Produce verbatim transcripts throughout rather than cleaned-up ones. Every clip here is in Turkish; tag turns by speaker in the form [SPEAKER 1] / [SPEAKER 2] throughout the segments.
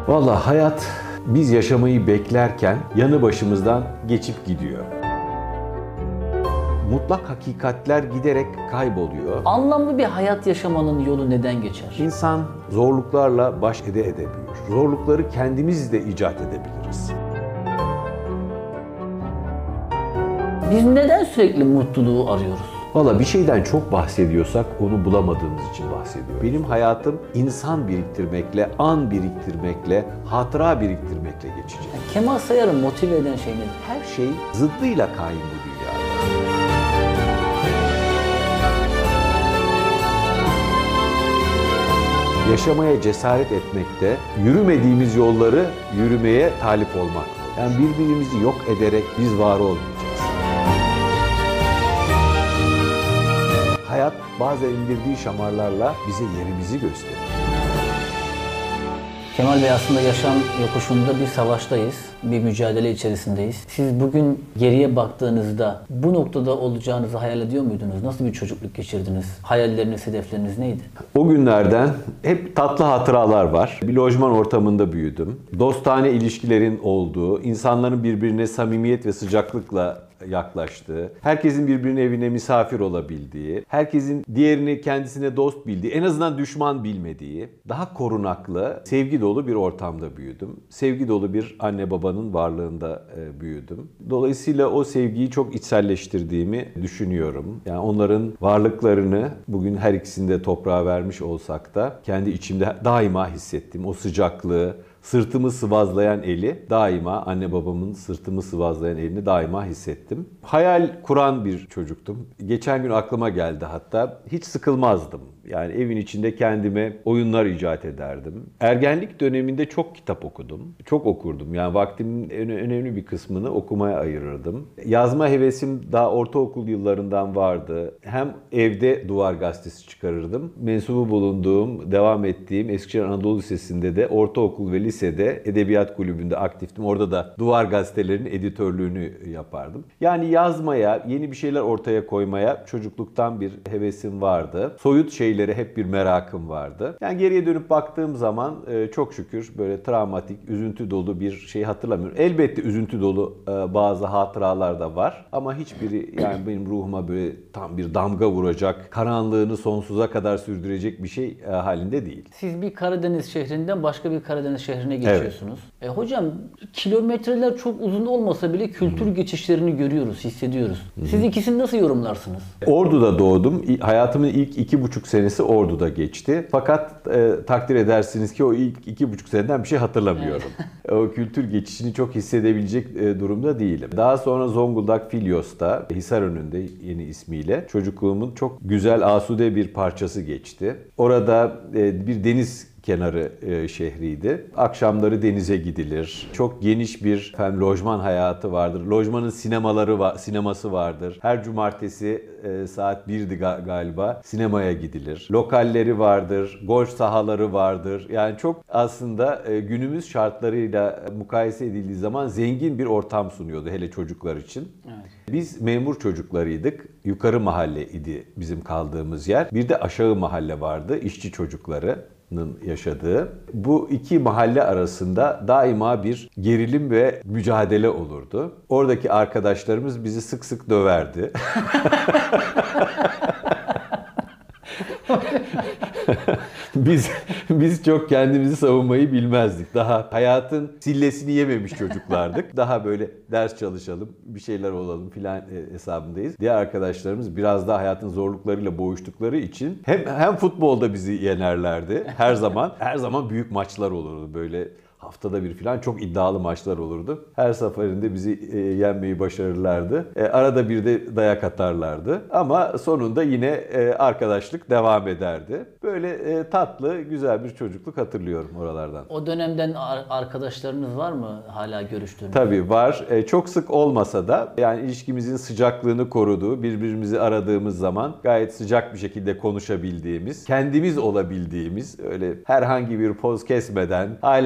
[SPEAKER 1] Vallahi hayat biz yaşamayı beklerken yanı başımızdan geçip gidiyor. Mutlak hakikatler giderek kayboluyor.
[SPEAKER 2] Anlamlı bir hayat yaşamanın yolu neden geçer?
[SPEAKER 1] İnsan zorluklarla baş ede edebiliyor. Zorlukları kendimiz de icat edebiliriz.
[SPEAKER 2] Biz neden sürekli mutluluğu arıyoruz?
[SPEAKER 1] Valla bir şeyden çok bahsediyorsak onu bulamadığımız için bahsediyor. Benim hayatım insan biriktirmekle, an biriktirmekle, hatıra biriktirmekle geçecek.
[SPEAKER 2] Yani Kemal Sayar'ı motive eden şey nedir?
[SPEAKER 1] Her şey zıddıyla kaim bu dünyada. Yaşamaya cesaret etmekte, yürümediğimiz yolları yürümeye talip olmak. Yani birbirimizi yok ederek biz var olmayacağız. Hayat bazen indirdiği şamarlarla bize yerimizi gösterir.
[SPEAKER 2] Kemal Bey, aslında yaşam yokuşunda bir savaştayız, bir mücadele içerisindeyiz. Siz bugün geriye baktığınızda bu noktada olacağınızı hayal ediyor muydunuz? Nasıl bir çocukluk geçirdiniz? Hayalleriniz, hedefleriniz neydi?
[SPEAKER 1] O günlerden hep tatlı hatıralar var. Bir lojman ortamında büyüdüm. Dostane ilişkilerin olduğu, insanların birbirine samimiyet ve sıcaklıkla yaklaştığı, herkesin birbirinin evine misafir olabildiği, herkesin diğerini kendisine dost bildiği, en azından düşman bilmediği, daha korunaklı, sevgi dolu bir ortamda büyüdüm. Sevgi dolu bir anne babanın varlığında büyüdüm. Dolayısıyla o sevgiyi çok içselleştirdiğimi düşünüyorum. Yani onların varlıklarını bugün her ikisini de toprağa vermiş olsak da kendi içimde daima hissettim. O sıcaklığı, sırtımı sıvazlayan eli daima, anne babamın sırtımı sıvazlayan elini daima hissettim. Hayal kuran bir çocuktum. Geçen gün aklıma geldi hatta. Hiç sıkılmazdım. Yani evin içinde kendime oyunlar icat ederdim. Ergenlik döneminde çok kitap okudum. Çok okurdum. Yani vaktimin önemli bir kısmını okumaya ayırırdım. Yazma hevesim daha ortaokul yıllarından vardı. Hem evde duvar gazetesi çıkarırdım. Mensubu bulunduğum, devam ettiğim Eskişehir Anadolu Lisesi'nde de ortaokul ve lisede edebiyat kulübünde aktiftim. Orada da duvar gazetelerinin editörlüğünü yapardım. Yani yazmaya, yeni bir şeyler ortaya koymaya çocukluktan bir hevesim vardı. Soyut şeyleri hep bir merakım vardı. Yani geriye dönüp baktığım zaman çok şükür böyle travmatik, üzüntü dolu bir şey hatırlamıyorum. Elbette üzüntü dolu bazı hatıralar da var. Ama hiçbiri yani benim ruhuma böyle tam bir damga vuracak, karanlığını sonsuza kadar sürdürecek bir şey halinde değil.
[SPEAKER 2] Siz bir Karadeniz şehrinden başka bir Karadeniz şehrine geçiyorsunuz. Evet. E hocam, kilometreler çok uzun olmasa bile kültür Hı-hı. geçişlerini görüyoruz, hissediyoruz. Hı-hı. Siz ikisini nasıl yorumlarsınız?
[SPEAKER 1] Ordu'da doğdum. Hayatımın ilk iki buçuk senesi Ordu'da geçti. Fakat e, takdir edersiniz ki o ilk iki buçuk seneden bir şey hatırlamıyorum. Evet. O kültür geçişini çok hissedebilecek e, durumda değilim. Daha sonra Zonguldak Filyos'ta, Hisarönü'nde yeni ismiyle çocukluğumun çok güzel, asude bir parçası geçti. Orada e, bir deniz kenarı e, şehriydi. Akşamları denize gidilir. Çok geniş bir efendim, lojman hayatı vardır. Lojmanın sinemaları var, sineması vardır. Her cumartesi e, saat birdi ga- galiba sinemaya gidilir. Lokalleri vardır, golf sahaları vardır. Yani çok aslında e, günümüz şartlarıyla mukayese edildiği zaman zengin bir ortam sunuyordu hele çocuklar için. Evet. Biz memur çocuklarıydık. Yukarı mahalle idi bizim kaldığımız yer. Bir de aşağı mahalle vardı, işçi çocukları yaşadığı. Bu iki mahalle arasında daima bir gerilim ve mücadele olurdu. Oradaki arkadaşlarımız bizi sık sık döverdi. biz biz çok kendimizi savunmayı bilmezdik. Daha hayatın sillesini yememiş çocuklardık. Daha böyle ders çalışalım, bir şeyler olalım filan hesabındayız. Diğer arkadaşlarımız biraz daha hayatın zorluklarıyla boğuştukları için hem hem futbolda bizi yenerlerdi her zaman. Her zaman büyük maçlar olurdu böyle. Haftada bir falan çok iddialı maçlar olurdu. Her seferinde bizi e, yenmeyi başarırlardı. E, arada bir de dayak atarlardı. Ama sonunda yine e, arkadaşlık devam ederdi. Böyle e, tatlı, güzel bir çocukluk hatırlıyorum oralardan.
[SPEAKER 2] O dönemden ar- arkadaşlarınız var mı hala görüştüğünüz?
[SPEAKER 1] Tabii var. E, çok sık olmasa da yani ilişkimizin sıcaklığını koruduğu, birbirimizi aradığımız zaman gayet sıcak bir şekilde konuşabildiğimiz, kendimiz olabildiğimiz, öyle herhangi bir poz kesmeden hala o ilkokul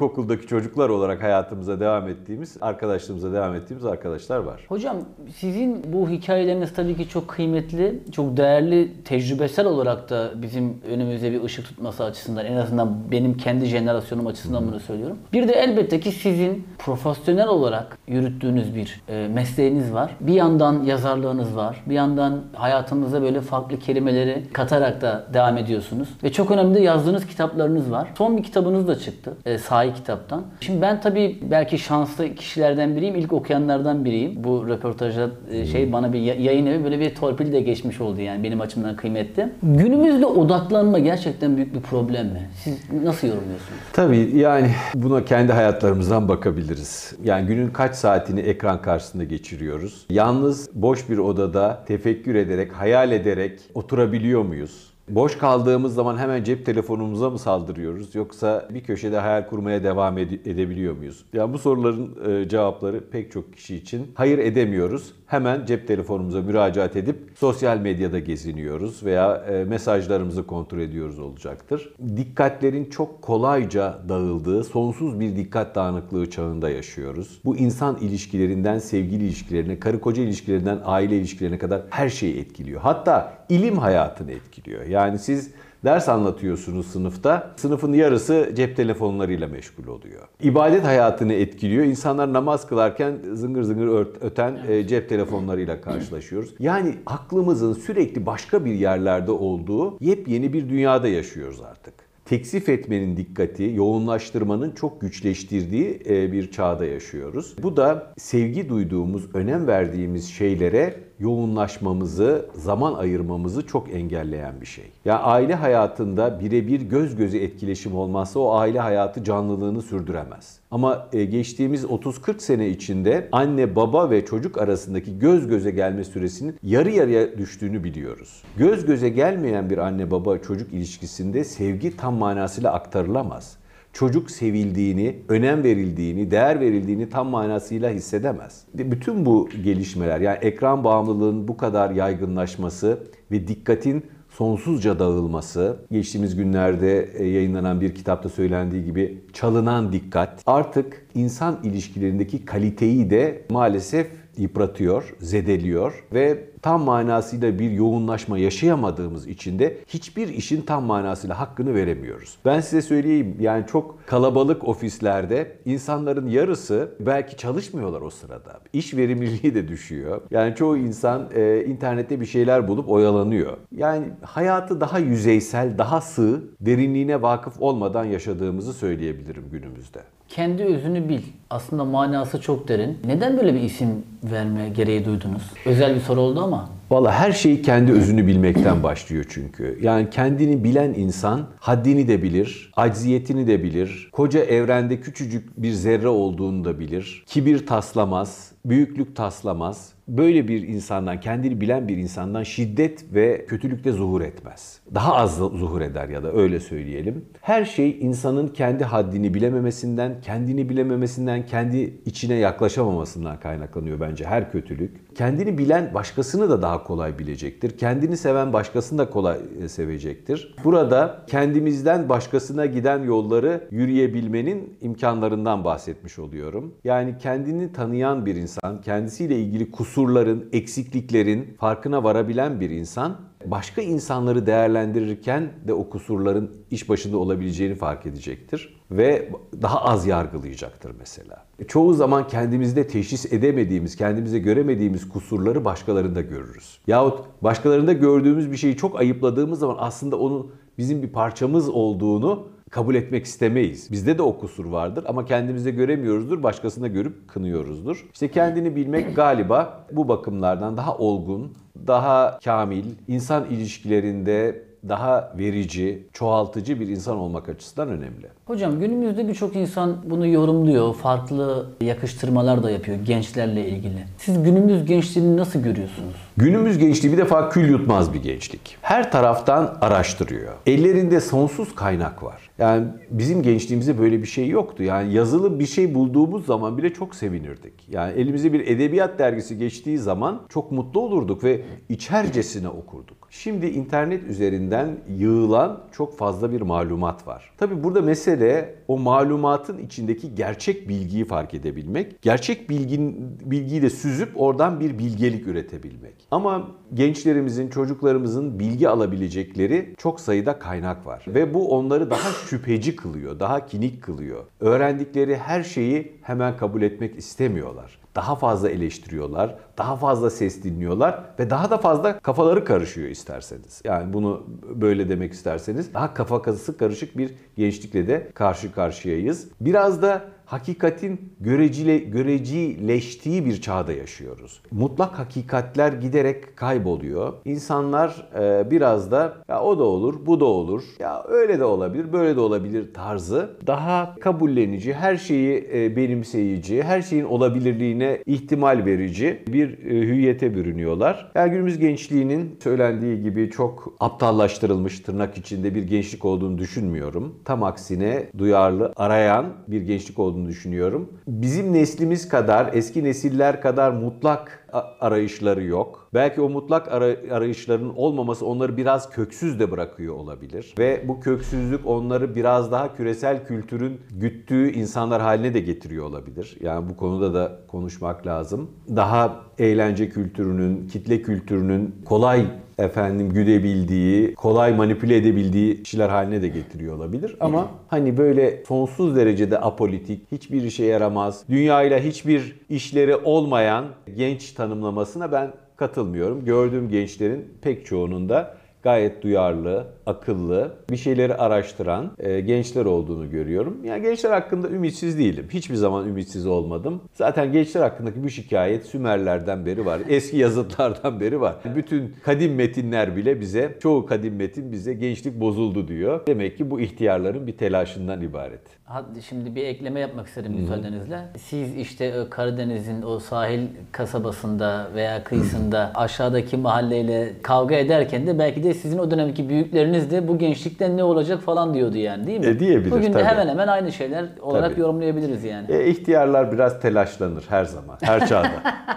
[SPEAKER 1] ilkokuldaki çocuklar olarak hayatımıza devam ettiğimiz, arkadaşlığımıza devam ettiğimiz arkadaşlar var.
[SPEAKER 2] Hocam sizin bu hikayeleriniz tabii ki çok kıymetli, çok değerli, tecrübesel olarak da bizim önümüze bir ışık tutması açısından, en azından benim kendi jenerasyonum açısından bunu söylüyorum. Bir de elbette ki sizin profesyonel olarak yürüttüğünüz bir e, mesleğiniz var. Bir yandan yazarlığınız var, bir yandan hayatınıza böyle farklı kelimeleri katarak da devam ediyorsunuz. Ve çok önemli de yazdığınız kitaplarınız var. Son bir kitabınız da çıktı, e, Sahi kitaptan. Şimdi ben tabii belki şanslı kişilerden biriyim, ilk okuyanlardan biriyim. Bu röportajda e, şey bana bir yayın evi böyle bir torpil de geçmiş oldu yani benim açımdan kıymetli. Günümüzde odaklanma gerçekten büyük bir problem mi? Siz nasıl yorumluyorsunuz?
[SPEAKER 1] Tabii yani buna kendi hayatlarımızdan bakabiliriz. Yani günün kaç saatini ekran karşısında geçiriyoruz? Yalnız boş bir odada tefekkür ederek, hayal ederek oturabiliyor muyuz? Boş kaldığımız zaman hemen cep telefonumuza mı saldırıyoruz yoksa bir köşede hayal kurmaya devam ede- edebiliyor muyuz? Yani bu soruların e, cevapları pek çok kişi için hayır edemiyoruz. Hemen cep telefonumuza müracaat edip sosyal medyada geziniyoruz veya e, mesajlarımızı kontrol ediyoruz olacaktır. Dikkatlerin çok kolayca dağıldığı sonsuz bir dikkat dağınıklığı çağında yaşıyoruz. Bu insan ilişkilerinden sevgili ilişkilerine, karı koca ilişkilerinden aile ilişkilerine kadar her şeyi etkiliyor. Hatta ilim hayatını etkiliyor. Yani siz ders anlatıyorsunuz sınıfta, sınıfın yarısı cep telefonlarıyla meşgul oluyor. İbadet hayatını etkiliyor. İnsanlar namaz kılarken zıngır zıngır öten evet. cep telefonlarıyla karşılaşıyoruz. Yani aklımızın sürekli başka bir yerlerde olduğu yepyeni bir dünyada yaşıyoruz artık. Teksif etmenin dikkati, yoğunlaştırmanın çok güçleştirdiği bir çağda yaşıyoruz. Bu da sevgi duyduğumuz, önem verdiğimiz şeylere yoğunlaşmamızı, zaman ayırmamızı çok engelleyen bir şey. Yani aile hayatında birebir göz göze etkileşim olmazsa o aile hayatı canlılığını sürdüremez. Ama geçtiğimiz otuz kırk sene içinde anne, baba ve çocuk arasındaki göz göze gelme süresinin yarı yarıya düştüğünü biliyoruz. Göz göze gelmeyen bir anne baba çocuk ilişkisinde sevgi tam manasıyla aktarılamaz. Çocuk sevildiğini, önem verildiğini, değer verildiğini tam manasıyla hissedemez. Bütün bu gelişmeler, yani ekran bağımlılığının bu kadar yaygınlaşması ve dikkatin sonsuzca dağılması, geçtiğimiz günlerde yayınlanan bir kitapta söylendiği gibi çalınan dikkat artık insan ilişkilerindeki kaliteyi de maalesef yıpratıyor, zedeliyor ve tam manasıyla bir yoğunlaşma yaşayamadığımız için de hiçbir işin tam manasıyla hakkını veremiyoruz. Ben size söyleyeyim, yani çok kalabalık ofislerde insanların yarısı belki çalışmıyorlar o sırada. İş verimliliği de düşüyor. Yani çoğu insan e, internette bir şeyler bulup oyalanıyor. Yani hayatı daha yüzeysel, daha sığ, derinliğine vakıf olmadan yaşadığımızı söyleyebilirim günümüzde.
[SPEAKER 2] Kendi özünü bil. Aslında manası çok derin. Neden böyle bir isim verme gereği duydunuz? Özel bir soru oldu ama.
[SPEAKER 1] Vallahi her şey kendi özünü bilmekten başlıyor çünkü. Yani kendini bilen insan haddini de bilir, acziyetini de bilir, koca evrende küçücük bir zerre olduğunu da bilir, kibir taslamaz, büyüklük taslamaz. Böyle bir insandan, kendini bilen bir insandan şiddet ve kötülükte zuhur etmez. Daha az zuhur eder ya da öyle söyleyelim. Her şey insanın kendi haddini bilememesinden, kendini bilememesinden, kendi içine yaklaşamamasından kaynaklanıyor bence her kötülük. Kendini bilen başkasını da daha kolay bilecektir. Kendini seven başkasını da kolay sevecektir. Burada kendimizden başkasına giden yolları yürüyebilmenin imkanlarından bahsetmiş oluyorum. Yani kendini tanıyan bir insan, kendisiyle ilgili kusurların, eksikliklerin farkına varabilen bir insan, başka insanları değerlendirirken de o kusurların iş başında olabileceğini fark edecektir ve daha az yargılayacaktır mesela. Çoğu zaman kendimizde teşhis edemediğimiz, kendimize göremediğimiz kusurları başkalarında görürüz. Yahut başkalarında gördüğümüz bir şeyi çok ayıpladığımız zaman aslında onun bizim bir parçamız olduğunu kabul etmek istemeyiz. Bizde de o kusur vardır ama kendimizde göremiyoruzdur, başkasında görüp kınıyoruzdur. İşte kendini bilmek galiba bu bakımlardan daha olgun, daha kamil, insan ilişkilerinde daha verici, çoğaltıcı bir insan olmak açısından önemli.
[SPEAKER 2] Hocam günümüzde birçok insan bunu yorumluyor, farklı yakıştırmalar da yapıyor gençlerle ilgili. Siz günümüz gençliğini nasıl görüyorsunuz?
[SPEAKER 1] Günümüz gençliği bir defa kül yutmaz bir gençlik. Her taraftan araştırıyor. Ellerinde sonsuz kaynak var. Yani bizim gençliğimizde böyle bir şey yoktu. Yani yazılı bir şey bulduğumuz zaman bile çok sevinirdik. Yani elimize bir edebiyat dergisi geçtiği zaman çok mutlu olurduk ve içercesine okurduk. Şimdi internet üzerinden yığılan çok fazla bir malumat var. Tabii burada mesele o malumatın içindeki gerçek bilgiyi fark edebilmek. Gerçek bilgin, bilgiyi de süzüp oradan bir bilgelik üretebilmek. Ama gençlerimizin, çocuklarımızın bilgi alabilecekleri çok sayıda kaynak var. Ve bu onları daha şüpheci kılıyor, daha kinik kılıyor. Öğrendikleri her şeyi hemen kabul etmek istemiyorlar. Daha fazla eleştiriyorlar, daha fazla ses dinliyorlar ve daha da fazla kafaları karışıyor isterseniz. Yani bunu böyle demek isterseniz daha kafa kafası karışık bir gençlikle de karşı karşıyayız. Biraz da hakikatin görecile, görecileştiği bir çağda yaşıyoruz. Mutlak hakikatler giderek kayboluyor. İnsanlar e, biraz da ya o da olur, bu da olur, ya öyle de olabilir, böyle de olabilir tarzı daha kabullenici, her şeyi e, benimseyici, her şeyin olabilirliğine ihtimal verici bir e, hüviyete bürünüyorlar. Yani günümüz gençliğinin söylendiği gibi çok aptallaştırılmış tırnak içinde bir gençlik olduğunu düşünmüyorum. Tam aksine duyarlı, arayan bir gençlik olduğunu düşünüyorum. Bizim neslimiz kadar, eski nesiller kadar mutlak arayışları yok. Belki o mutlak arayışlarının olmaması onları biraz köksüz de bırakıyor olabilir. Ve bu köksüzlük onları biraz daha küresel kültürün güttüğü insanlar haline de getiriyor olabilir. Yani bu konuda da konuşmak lazım. Daha eğlence kültürünün, kitle kültürünün kolay efendim güdebildiği, kolay manipüle edebildiği kişiler haline de getiriyor olabilir. Ama hani böyle sonsuz derecede apolitik, hiçbir işe yaramaz, dünyayla hiçbir işleri olmayan genç tanımlamasına ben katılmıyorum. Gördüğüm gençlerin pek çoğunun da gayet duyarlı, akıllı, bir şeyleri araştıran e, gençler olduğunu görüyorum. Yani gençler hakkında ümitsiz değilim. Hiçbir zaman ümitsiz olmadım. Zaten gençler hakkındaki bu şikayet Sümerlerden beri var. Eski yazıtlardan beri var. Bütün kadim metinler bile bize, çoğu kadim metin bize gençlik bozuldu diyor. Demek ki bu ihtiyarların bir telaşından ibaret.
[SPEAKER 2] Hadi şimdi bir ekleme yapmak isterim müsaadenizle. Siz işte Karadeniz'in o sahil kasabasında veya kıyısında aşağıdaki mahalleyle kavga ederken de belki de sizin o dönemki büyükleriniz de bu gençlikten ne olacak falan diyordu yani, değil mi?
[SPEAKER 1] E, diyebilir
[SPEAKER 2] Bugün de
[SPEAKER 1] tabii.
[SPEAKER 2] hemen hemen aynı şeyler olarak
[SPEAKER 1] Tabii.
[SPEAKER 2] yorumlayabiliriz yani.
[SPEAKER 1] E, ihtiyarlar biraz telaşlanır her zaman, her çağda.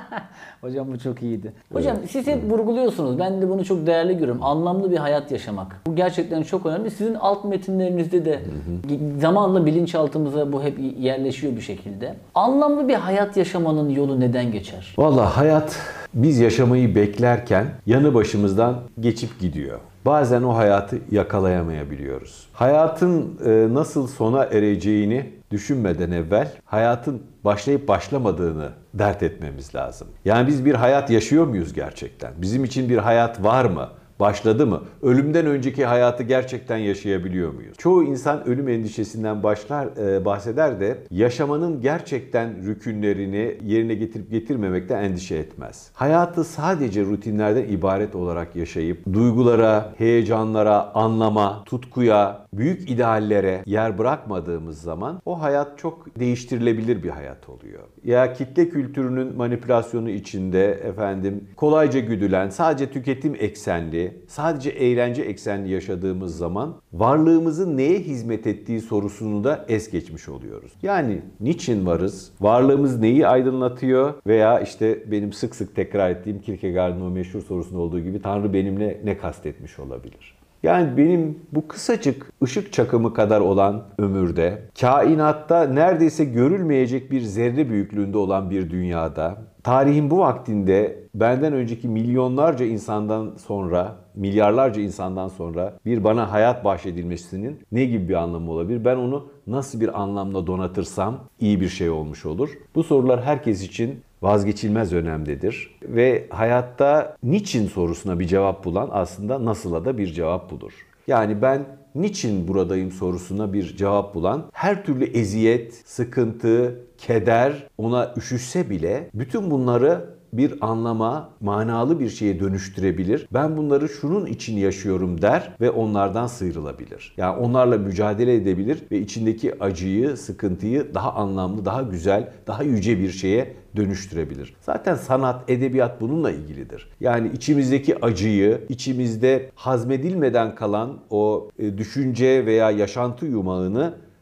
[SPEAKER 2] Hocam bu çok iyiydi. Hocam evet. Siz hep vurguluyorsunuz. Ben de bunu çok değerli görüyorum. Anlamlı bir hayat yaşamak. Bu gerçekten çok önemli. Sizin alt metinlerinizde de hı hı. zamanla bilinçaltımıza bu hep yerleşiyor bir şekilde. Anlamlı bir hayat yaşamanın yolu neden geçer?
[SPEAKER 1] Vallahi hayat biz yaşamayı beklerken yanı başımızdan geçip gidiyor. Bazen o hayatı yakalayamayabiliyoruz. Hayatın nasıl sona ereceğini düşünmeden evvel hayatın başlayıp başlamadığını dert etmemiz lazım. Yani biz bir hayat yaşıyor muyuz gerçekten? Bizim için bir hayat var mı? Başladı mı? Ölümden önceki hayatı gerçekten yaşayabiliyor muyuz? Çoğu insan ölüm endişesinden başlar e, bahseder de yaşamanın gerçekten rükünlerini yerine getirip getirmemekten endişe etmez. Hayatı sadece rutinlerden ibaret olarak yaşayıp duygulara, heyecanlara, anlama, tutkuya, büyük ideallere yer bırakmadığımız zaman o hayat çok değiştirilebilir bir hayat oluyor. Ya kitle kültürünün manipülasyonu içinde efendim kolayca güdülen, sadece tüketim eksenli, sadece eğlence eksenli yaşadığımız zaman varlığımızın neye hizmet ettiği sorusunu da es geçmiş oluyoruz. Yani niçin varız? Varlığımız neyi aydınlatıyor? Veya işte benim sık sık tekrar ettiğim Kierkegaard'ın o meşhur sorusunda olduğu gibi Tanrı benimle ne kastetmiş olabilir? Yani benim bu kısacık ışık çakımı kadar olan ömürde, kainatta neredeyse görülmeyecek bir zerre büyüklüğünde olan bir dünyada, tarihin bu vaktinde benden önceki milyonlarca insandan sonra, milyarlarca insandan sonra bir bana hayat bahşedilmesinin ne gibi bir anlamı olabilir? Ben onu nasıl bir anlamla donatırsam iyi bir şey olmuş olur. Bu sorular herkes için vazgeçilmez önemlidir. Ve hayatta niçin sorusuna bir cevap bulan aslında nasıla da bir cevap bulur. Yani ben niçin buradayım sorusuna bir cevap bulan her türlü eziyet, sıkıntı, keder ona üşüşse bile bütün bunları bir anlama, manalı bir şeye dönüştürebilir. Ben bunları şunun için yaşıyorum der ve onlardan sıyrılabilir. Yani onlarla mücadele edebilir ve içindeki acıyı, sıkıntıyı daha anlamlı, daha güzel, daha yüce bir şeye dönüştürebilir. Zaten sanat, edebiyat bununla ilgilidir. Yani içimizdeki acıyı, içimizde hazmedilmeden kalan o düşünce veya yaşantı yumağını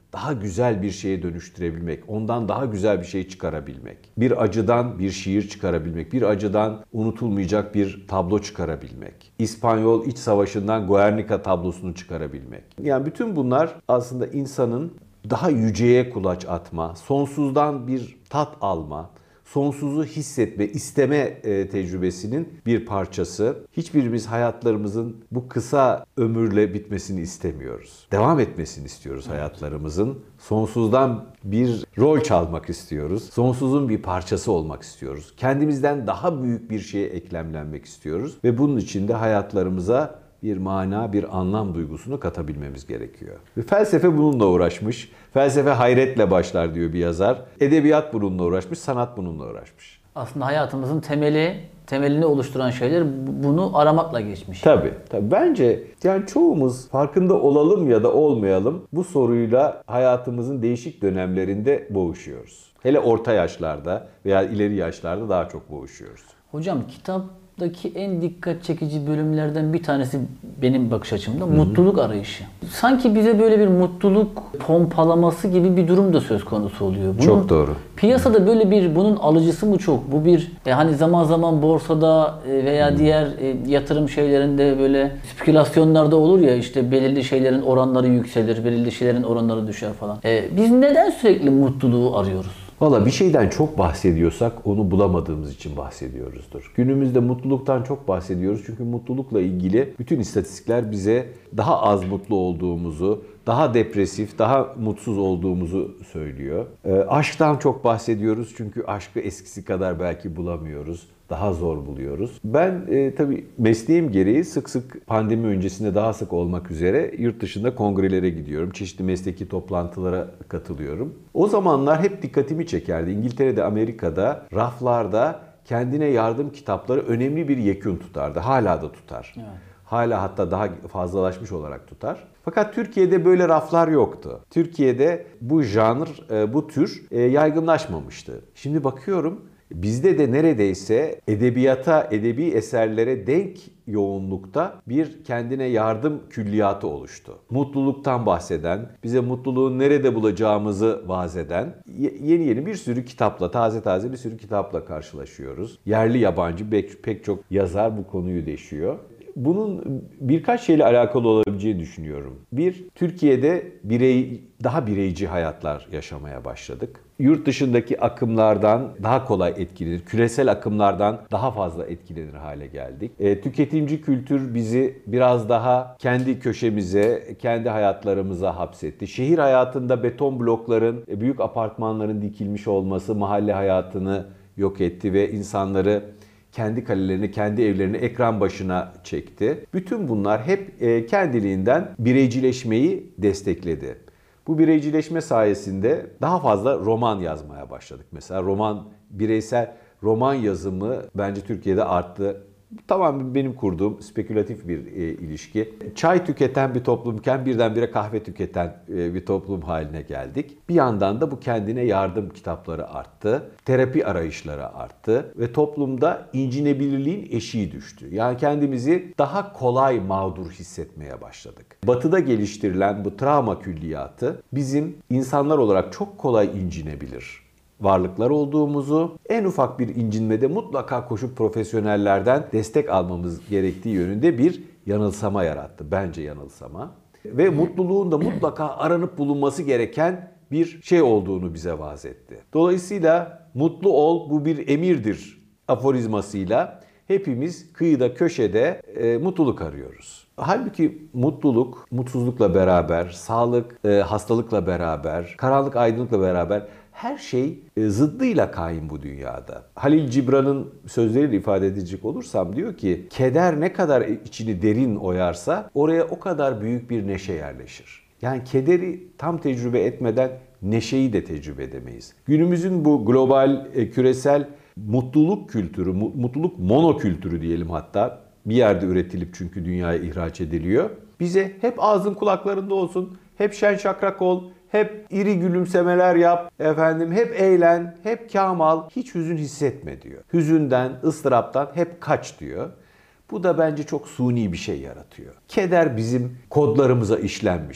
[SPEAKER 1] daha güzel bir şeye dönüştürebilmek, ondan daha güzel bir şey çıkarabilmek. Bir acıdan bir şiir çıkarabilmek, bir acıdan unutulmayacak bir tablo çıkarabilmek. İspanyol İç Savaşı'ndan Guernica tablosunu çıkarabilmek. Yani bütün bunlar aslında insanın daha yüceye kulaç atma, sonsuzdan bir tat alma, sonsuzu hissetme, isteme e, tecrübesinin bir parçası. Hiçbirimiz hayatlarımızın bu kısa ömürle bitmesini istemiyoruz. Devam etmesini istiyoruz hayatlarımızın. Sonsuzdan bir rol çalmak istiyoruz. Sonsuzun bir parçası olmak istiyoruz. Kendimizden daha büyük bir şeye eklemlenmek istiyoruz. Ve bunun için de hayatlarımıza bir mana, bir anlam duygusunu katabilmemiz gerekiyor. Ve felsefe bununla uğraşmış. Felsefe hayretle başlar diyor bir yazar. Edebiyat bununla uğraşmış, sanat bununla uğraşmış.
[SPEAKER 2] Aslında hayatımızın temeli, temelini oluşturan şeyler bunu aramakla geçmiş.
[SPEAKER 1] Tabii, tabii. Bence yani çoğumuz farkında olalım ya da olmayalım bu soruyla hayatımızın değişik dönemlerinde boğuşuyoruz. Hele orta yaşlarda veya ileri yaşlarda daha çok boğuşuyoruz.
[SPEAKER 2] Hocam kitaptaki en dikkat çekici bölümlerden bir tanesi benim bakış açımda mutluluk arayışı. Sanki bize böyle bir mutluluk pompalaması gibi bir durum da söz konusu oluyor. Bunun,
[SPEAKER 1] Çok doğru.
[SPEAKER 2] Piyasada böyle bir bunun alıcısı mı çok? Bu bir e, hani zaman zaman borsada e, veya diğer e, yatırım şeylerinde böyle spekülasyonlarda olur ya, işte belirli şeylerin oranları yükselir, belirli şeylerin oranları düşer falan. E, biz neden sürekli mutluluğu arıyoruz?
[SPEAKER 1] Valla bir şeyden çok bahsediyorsak onu bulamadığımız için bahsediyoruzdur. Günümüzde mutluluktan çok bahsediyoruz çünkü mutlulukla ilgili bütün istatistikler bize daha az mutlu olduğumuzu, daha depresif, daha mutsuz olduğumuzu söylüyor. E, aşktan çok bahsediyoruz çünkü aşkı eskisi kadar belki bulamıyoruz. Daha zor buluyoruz. Ben e, tabii mesleğim gereği sık sık pandemi öncesinde daha sık olmak üzere yurt dışında kongrelere gidiyorum. Çeşitli mesleki toplantılara katılıyorum. O zamanlar hep dikkatimi çekerdi. İngiltere'de, Amerika'da raflarda kendine yardım kitapları önemli bir yekün tutardı. Hala da tutar. Evet. Hala hatta daha fazlalaşmış olarak tutar. Fakat Türkiye'de böyle raflar yoktu. Türkiye'de bu janr, bu tür yaygınlaşmamıştı. Şimdi bakıyorum bizde de neredeyse edebiyata, edebi eserlere denk yoğunlukta bir kendine yardım külliyatı oluştu. Mutluluktan bahseden, bize mutluluğu nerede bulacağımızı vaaz eden yeni yeni bir sürü kitapla, taze taze bir sürü kitapla karşılaşıyoruz. Yerli yabancı pek, pek çok yazar bu konuyu deşiyor. Bunun birkaç şeyle alakalı olabileceğini düşünüyorum. Bir, Türkiye'de birey, daha bireyci hayatlar yaşamaya başladık. Yurt dışındaki akımlardan daha kolay etkilenir, küresel akımlardan daha fazla etkilenir hale geldik. E, tüketimci kültür bizi biraz daha kendi köşemize, kendi hayatlarımıza hapsetti. Şehir hayatında beton blokların, büyük apartmanların dikilmiş olması mahalle hayatını yok etti ve insanları kendi kalelerini, kendi evlerini ekran başına çekti. Bütün bunlar hep kendiliğinden bireycileşmeyi destekledi. Bu bireycileşme sayesinde daha fazla roman yazmaya başladık. Mesela roman, bireysel roman yazımı bence Türkiye'de arttı. Tamamen benim kurduğum spekülatif bir e, ilişki. Çay tüketen bir toplumken birdenbire kahve tüketen e, bir toplum haline geldik. Bir yandan da bu kendine yardım kitapları arttı. Terapi arayışları arttı. Ve toplumda incinebilirliğin eşiği düştü. Yani kendimizi daha kolay mağdur hissetmeye başladık. Batı'da geliştirilen bu travma külliyatı bizim insanlar olarak çok kolay incinebilir varlıklar olduğumuzu, en ufak bir incinmede mutlaka koşup profesyonellerden destek almamız gerektiği yönünde bir yanılsama yarattı. Bence yanılsama. Ve mutluluğun da mutlaka aranıp bulunması gereken bir şey olduğunu bize vaaz etti. Dolayısıyla mutlu ol, bu bir emirdir aforizmasıyla hepimiz kıyıda köşede e, mutluluk arıyoruz. Halbuki mutluluk, mutsuzlukla beraber, sağlık, e, hastalıkla beraber, karanlık, aydınlıkla beraber her şey zıddıyla kaim bu dünyada. Halil Cibran'ın sözleriyle ifade edecek olursam diyor ki, keder ne kadar içini derin oyarsa oraya o kadar büyük bir neşe yerleşir. Yani kederi tam tecrübe etmeden neşeyi de tecrübe edemeyiz. Günümüzün bu global, küresel mutluluk kültürü, mutluluk monokültürü diyelim hatta, bir yerde üretilip çünkü dünyaya ihraç ediliyor. Bize hep ağzın kulaklarında olsun, hep şen şakrak ol, hep iri gülümsemeler yap, efendim hep eğlen, hep kâmal, hiç hüzün hissetme diyor. Hüzünden, ıstıraptan hep kaç diyor. Bu da bence çok suni bir şey yaratıyor. Keder bizim kodlarımıza işlenmiş.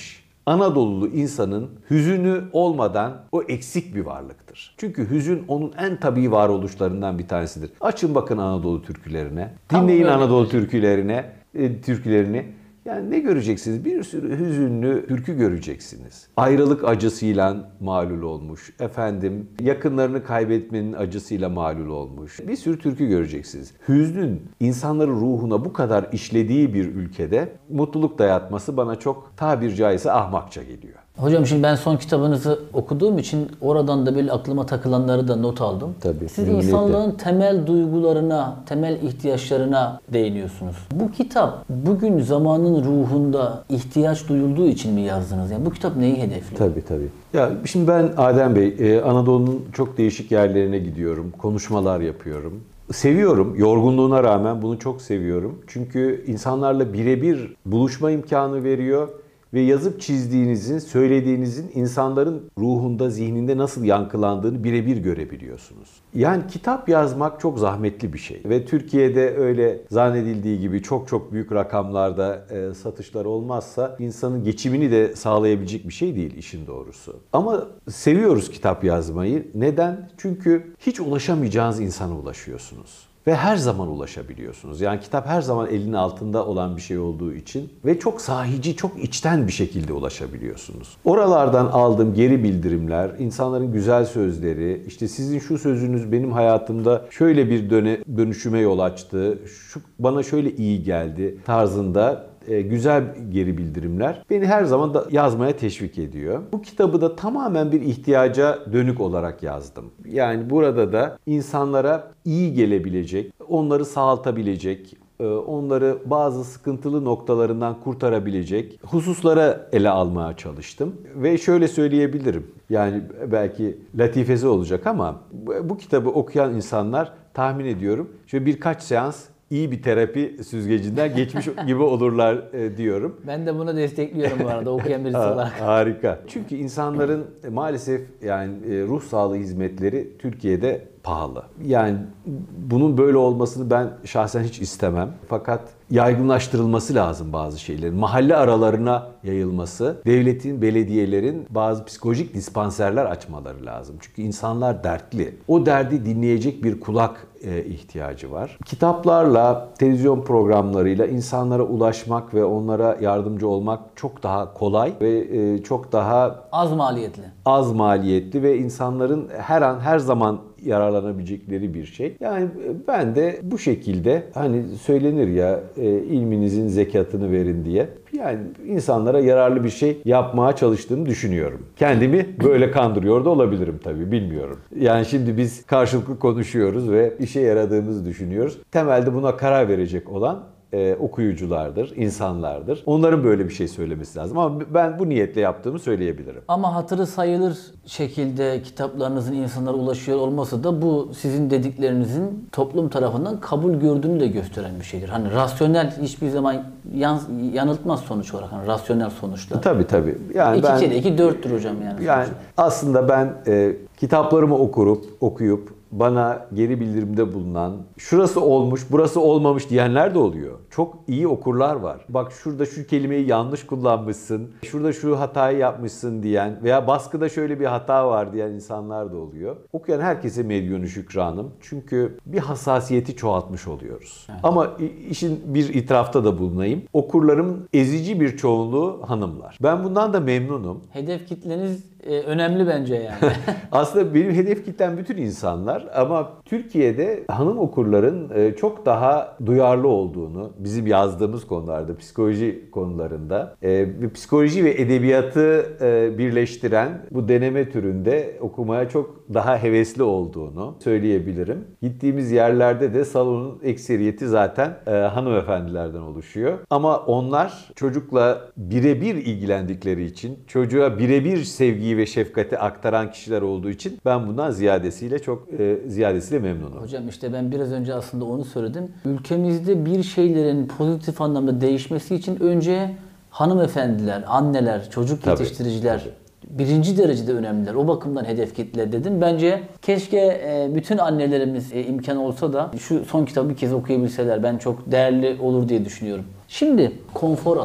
[SPEAKER 1] Anadolulu insanın hüzünü olmadan o eksik bir varlıktır. Çünkü hüzün onun en tabii varoluşlarından bir tanesidir. Açın bakın Anadolu türkülerine, dinleyin
[SPEAKER 2] Tamam,
[SPEAKER 1] Anadolu türkülerine, e, türkülerini. Yani ne göreceksiniz? Bir sürü hüzünlü türkü göreceksiniz. Ayrılık acısıyla malul olmuş. Efendim, yakınlarını kaybetmenin acısıyla malul olmuş. Bir sürü türkü göreceksiniz. Hüznün insanların ruhuna bu kadar işlediği bir ülkede mutluluk dayatması bana çok tabir caizse ahmakça geliyor.
[SPEAKER 2] Hocam şimdi ben son kitabınızı okuduğum için oradan da böyle aklıma takılanları da not aldım.
[SPEAKER 1] Tabii,
[SPEAKER 2] Siz
[SPEAKER 1] memnuniyetle.
[SPEAKER 2] insanlığın temel duygularına, temel ihtiyaçlarına değiniyorsunuz. Bu kitap bugün zamanın ruhunda ihtiyaç duyulduğu için mi yazdınız? Yani bu kitap neyi hedefliyor?
[SPEAKER 1] Tabii tabii. Ya şimdi ben Adem Bey, e, Anadolu'nun çok değişik yerlerine gidiyorum, konuşmalar yapıyorum. Seviyorum, yorgunluğuna rağmen bunu çok seviyorum. Çünkü insanlarla birebir buluşma imkanı veriyor. Ve yazıp çizdiğinizin, söylediğinizin insanların ruhunda, zihninde nasıl yankılandığını birebir görebiliyorsunuz. Yani kitap yazmak çok zahmetli bir şey. Ve Türkiye'de öyle zannedildiği gibi çok çok büyük rakamlarda e, satışlar olmazsa insanın geçimini de sağlayabilecek bir şey değil işin doğrusu. Ama seviyoruz kitap yazmayı. Neden? Çünkü hiç ulaşamayacağınız insana ulaşıyorsunuz. Ve her zaman ulaşabiliyorsunuz. Yani kitap her zaman elinin altında olan bir şey olduğu için ve çok sahici, çok içten bir şekilde ulaşabiliyorsunuz. Oralardan aldığım geri bildirimler, insanların güzel sözleri, işte sizin şu sözünüz benim hayatımda şöyle bir döne, dönüşüme yol açtı, şu bana şöyle iyi geldi tarzında e, güzel geri bildirimler beni her zaman da yazmaya teşvik ediyor. Bu kitabı da tamamen bir ihtiyaca dönük olarak yazdım. Yani burada da insanlara iyi gelebilecek, onları sağaltabilecek, onları bazı sıkıntılı noktalarından kurtarabilecek hususlara ele almaya çalıştım. Ve şöyle söyleyebilirim, yani belki latifesi olacak ama bu kitabı okuyan insanlar tahmin ediyorum şöyle birkaç seans iyi bir terapi süzgecinden geçmiş gibi olurlar e, diyorum.
[SPEAKER 2] Ben de bunu destekliyorum bu arada okuyan birisi olarak.
[SPEAKER 1] Harika. Çünkü insanların maalesef yani e, ruh sağlığı hizmetleri Türkiye'de pahalı. Yani bunun böyle olmasını ben şahsen hiç istemem. Fakat yaygınlaştırılması lazım bazı şeylerin. Mahalle aralarına yayılması, devletin, belediyelerin bazı psikolojik dispanserler açmaları lazım. Çünkü insanlar dertli. O derdi dinleyecek bir kulak e, ihtiyacı var. Kitaplarla, televizyon programlarıyla insanlara ulaşmak ve onlara yardımcı olmak çok daha kolay ve e, çok daha
[SPEAKER 2] Az maliyetli.
[SPEAKER 1] az maliyetli ve insanların her an her zaman yararlanabilecekleri bir şey. Yani ben de bu şekilde hani söylenir ya e, ilminizin zekatını verin diye. Yani insanlara yararlı bir şey yapmaya çalıştığımı düşünüyorum. Kendimi böyle kandırıyor da olabilirim tabii, bilmiyorum. Yani şimdi biz karşılıklı konuşuyoruz ve işe yaradığımızı düşünüyoruz. Temelde buna karar verecek olan e, okuyuculardır, insanlardır. Onların böyle bir şey söylemesi lazım ama ben bu niyetle yaptığımı söyleyebilirim.
[SPEAKER 2] Ama hatırı sayılır şekilde kitaplarınızın insanlara ulaşıyor olması da bu sizin dediklerinizin toplum tarafından kabul gördüğünü de gösteren bir şeydir. Hani rasyonel hiçbir zaman yan, yanıltmaz sonuç olarak. Hani rasyonel sonuçlar.
[SPEAKER 1] Tabii tabii. Yani
[SPEAKER 2] iki
[SPEAKER 1] ben,
[SPEAKER 2] kere iki dörttür hocam yani.
[SPEAKER 1] Yani aslında ben e, kitaplarımı okurup okuyup bana geri bildirimde bulunan, şurası olmuş, burası olmamış diyenler de oluyor. Çok iyi okurlar var. Bak şurada şu kelimeyi yanlış kullanmışsın, şurada şu hatayı yapmışsın diyen veya baskıda şöyle bir hata var diyen insanlar da oluyor. Okuyan herkese medyonu şükranım. Çünkü bir hassasiyeti çoğaltmış oluyoruz. Evet. Ama işin bir itirafta da bulunayım. Okurlarım ezici bir çoğunluğu hanımlar. Ben bundan da memnunum.
[SPEAKER 2] Hedef kitleniz e, önemli bence yani.
[SPEAKER 1] Aslında benim hedef kitlem bütün insanlar ama Türkiye'de hanım okurların e, çok daha duyarlı olduğunu bizim yazdığımız konularda, psikoloji konularında e, psikoloji ve edebiyatı e, birleştiren bu deneme türünde okumaya çok daha hevesli olduğunu söyleyebilirim. Gittiğimiz yerlerde de salonun ekseriyeti zaten e, hanımefendilerden oluşuyor. Ama onlar çocukla birebir ilgilendikleri için, çocuğa birebir sevgiyi ve şefkati aktaran kişiler olduğu için ben bundan ziyadesiyle çok e, ziyadesiyle memnunum.
[SPEAKER 2] Hocam işte ben biraz önce aslında onu söyledim. Ülkemizde bir şeylerin pozitif anlamda değişmesi için önce hanımefendiler, anneler, çocuk
[SPEAKER 1] Tabii,
[SPEAKER 2] yetiştiriciler
[SPEAKER 1] tabii.
[SPEAKER 2] birinci derecede önemliler. O bakımdan hedef kitle dedim. Bence keşke bütün annelerimiz imkan olsa da şu son kitabı bir kez okuyabilseler. Ben çok değerli olur diye düşünüyorum. Şimdi konfor alanı.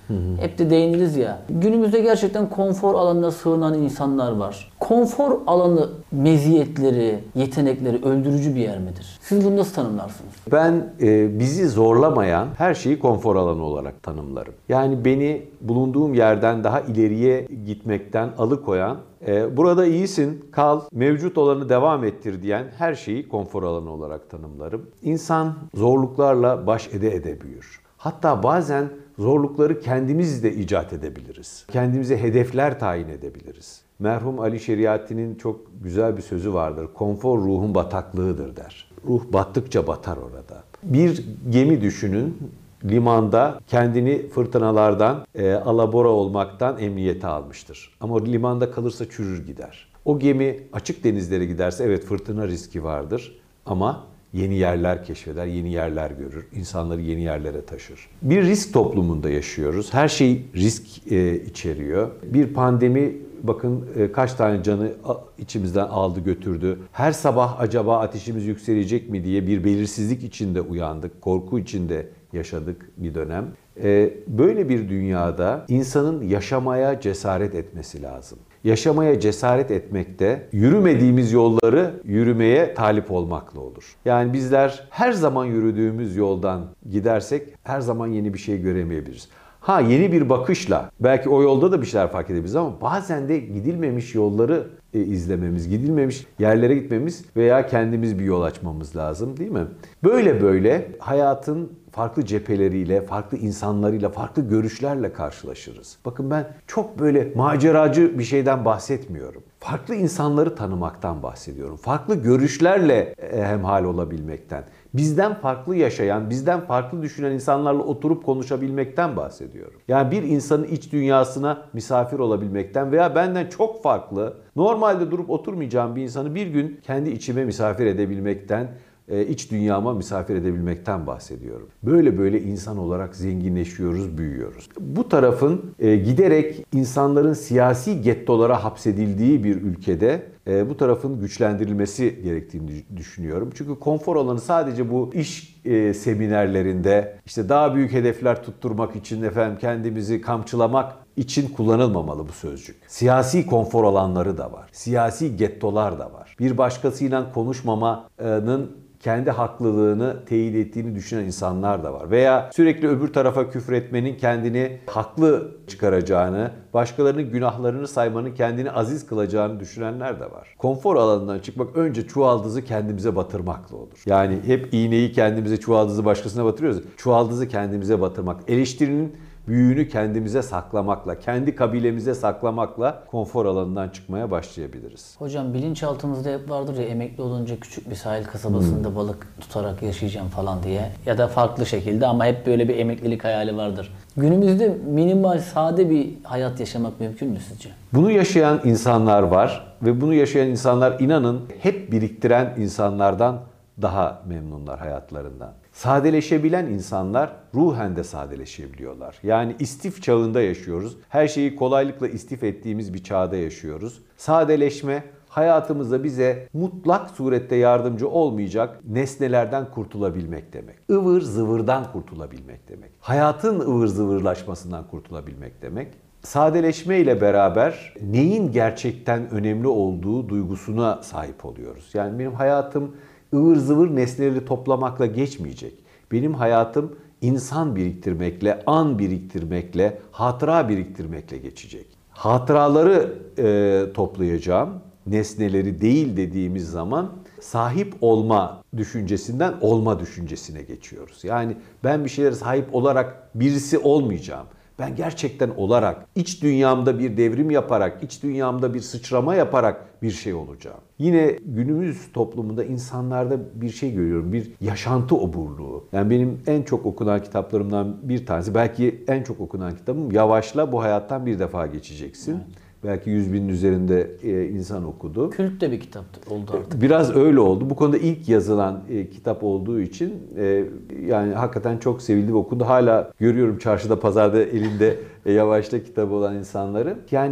[SPEAKER 2] Hep de değiniriz ya. Günümüzde gerçekten konfor alanına sığınan insanlar var. Konfor alanı meziyetleri, yetenekleri öldürücü bir yer midir? Siz bunu nasıl tanımlarsınız?
[SPEAKER 1] Ben e, bizi zorlamayan her şeyi konfor alanı olarak tanımlarım. Yani beni bulunduğum yerden daha ileriye gitmekten alıkoyan, e, burada iyisin, kal, mevcut olanı devam ettir diyen her şeyi konfor alanı olarak tanımlarım. İnsan zorluklarla baş ede ede büyür. Hatta bazen zorlukları kendimiz de icat edebiliriz. Kendimize hedefler tayin edebiliriz. Merhum Ali Şeriatti'nin çok güzel bir sözü vardır. Konfor ruhun bataklığıdır der. Ruh battıkça batar orada. Bir gemi düşünün. Limanda kendini fırtınalardan, e, alabora olmaktan emniyete almıştır. Ama limanda kalırsa çürür gider. O gemi açık denizlere giderse evet fırtına riski vardır ama yeni yerler keşfeder, yeni yerler görür, insanları yeni yerlere taşır. Bir risk toplumunda yaşıyoruz. Her şey risk e, içeriyor. Bir pandemi bakın e, kaç tane canı içimizden aldı götürdü. Her sabah acaba ateşimiz yükselecek mi diye bir belirsizlik içinde uyandık, korku içinde yaşadık bir dönem. E, böyle bir dünyada insanın yaşamaya cesaret etmesi lazım. Yaşamaya cesaret etmekte yürümediğimiz yolları yürümeye talip olmakla olur. Yani bizler her zaman yürüdüğümüz yoldan gidersek her zaman yeni bir şey göremeyebiliriz. Ha yeni bir bakışla belki o yolda da bir şeyler fark edebiliriz ama bazen de gidilmemiş yolları e, izlememiz, gidilmemiş yerlere gitmemiz veya kendimiz bir yol açmamız lazım değil mi? Böyle böyle hayatın farklı cepheleriyle, farklı insanlarıyla, farklı görüşlerle karşılaşırız. Bakın ben çok böyle maceracı bir şeyden bahsetmiyorum. Farklı insanları tanımaktan bahsediyorum. Farklı görüşlerle hemhal olabilmekten. Bizden farklı yaşayan, bizden farklı düşünen insanlarla oturup konuşabilmekten bahsediyorum. Yani bir insanın iç dünyasına misafir olabilmekten veya benden çok farklı, normalde durup oturmayacağım bir insanı bir gün kendi içime misafir edebilmekten, iç dünyama misafir edebilmekten bahsediyorum. Böyle böyle insan olarak zenginleşiyoruz, büyüyoruz. Bu tarafın giderek insanların siyasi gettolara hapsedildiği bir ülkede bu tarafın güçlendirilmesi gerektiğini düşünüyorum. Çünkü konfor alanı sadece bu iş seminerlerinde işte daha büyük hedefler tutturmak için efendim kendimizi kamçılamak için kullanılmamalı bu sözcük. Siyasi konfor alanları da var. Siyasi gettolar da var. Bir başkasıyla konuşmamanın kendi haklılığını teyit ettiğini düşünen insanlar da var. Veya sürekli öbür tarafa küfretmenin kendini haklı çıkaracağını, başkalarının günahlarını saymanın kendini aziz kılacağını düşünenler de var. Konfor alanından çıkmak önce çuvaldızı kendimize batırmakla olur. Yani hep iğneyi kendimize, çuvaldızı başkasına batırıyoruz. Çuvaldızı kendimize batırmak. Eleştirinin büyüğünü kendimize saklamakla, kendi kabilemize saklamakla konfor alanından çıkmaya başlayabiliriz.
[SPEAKER 2] Hocam bilinçaltımızda hep vardır ya emekli olunca küçük bir sahil kasabasında hmm. balık tutarak yaşayacağım falan diye. Ya da farklı şekilde ama hep böyle bir emeklilik hayali vardır. Günümüzde minimal, sade bir hayat yaşamak mümkün mü sizce?
[SPEAKER 1] Bunu yaşayan insanlar var ve bunu yaşayan insanlar inanın hep biriktiren insanlardan daha memnunlar hayatlarından. Sadeleşebilen insanlar ruhen de sadeleşebiliyorlar. Yani istif çağında yaşıyoruz. Her şeyi kolaylıkla istif ettiğimiz bir çağda yaşıyoruz. Sadeleşme hayatımızda bize mutlak surette yardımcı olmayacak nesnelerden kurtulabilmek demek. Ivır zıvırdan kurtulabilmek demek. Hayatın ıvır zıvırlaşmasından kurtulabilmek demek. Sadeleşme ile beraber neyin gerçekten önemli olduğu duygusuna sahip oluyoruz. Yani benim hayatım ıvır zıvır nesneleri toplamakla geçmeyecek. Benim hayatım insan biriktirmekle, an biriktirmekle, hatıra biriktirmekle geçecek. Hatıraları e, toplayacağım, nesneleri değil dediğimiz zaman sahip olma düşüncesinden olma düşüncesine geçiyoruz. Yani ben bir şeylere sahip olarak birisi olmayacağım. Ben gerçekten olarak, iç dünyamda bir devrim yaparak, iç dünyamda bir sıçrama yaparak bir şey olacağım. Yine günümüz toplumunda insanlarda bir şey görüyorum, bir yaşantı oburluğu. Yani benim en çok okunan kitaplarımdan bir tanesi, belki en çok okunan kitabım Yavaşla, Bu Hayattan Bir Defa Geçeceksin. Evet. Belki yüz binin üzerinde insan okudu.
[SPEAKER 2] Kült de bir kitap oldu artık.
[SPEAKER 1] Biraz öyle oldu. Bu konuda ilk yazılan e, kitap olduğu için e, yani hakikaten çok sevildi ve okundu. Hala görüyorum çarşıda, pazarda elinde e, Yavaşla kitabı olan insanları. Yani